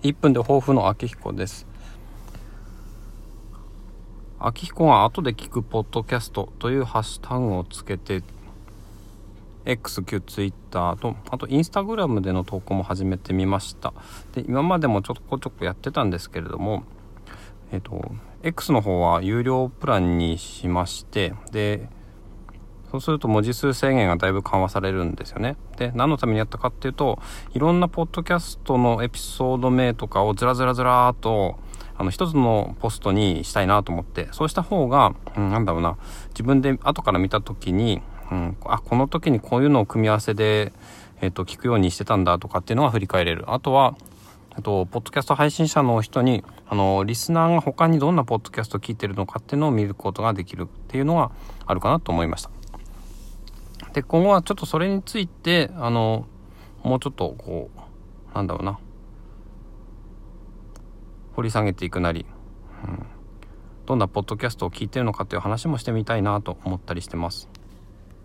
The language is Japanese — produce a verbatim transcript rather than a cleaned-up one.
いっぷんで抱負のあきひこです。あきひこが後で聞くポッドキャストというハッシュタグをつけて X、旧 Twitter とあとインスタグラムでの投稿も始めてみました。で今までもちょこちょこやってたんですけれども、えっと X の方は有料プランにしまして、でそうすると文字数制限がだいぶ緩和されるんですよね。で何のためにやったかっていうと、いろんなポッドキャストのエピソード名とかをずらずらずらーっとあの一つのポストにしたいなと思って、そうした方が、うん、なんだろうな、自分で後から見た時に、うん、あこの時にこういうのを組み合わせで、えーと、聞くようにしてたんだとかっていうのは振り返れる。あとはあとポッドキャスト配信者の人にあのリスナーが他にどんなポッドキャストを聞いてるのかっていうのを見ることができるっていうのがあるかなと思いました。で今後はちょっとそれについてあのもうちょっとこうなんだろうな掘り下げていくなり、うん、どんなポッドキャストを聞いてるのかという話もしてみたいなと思ったりしてます。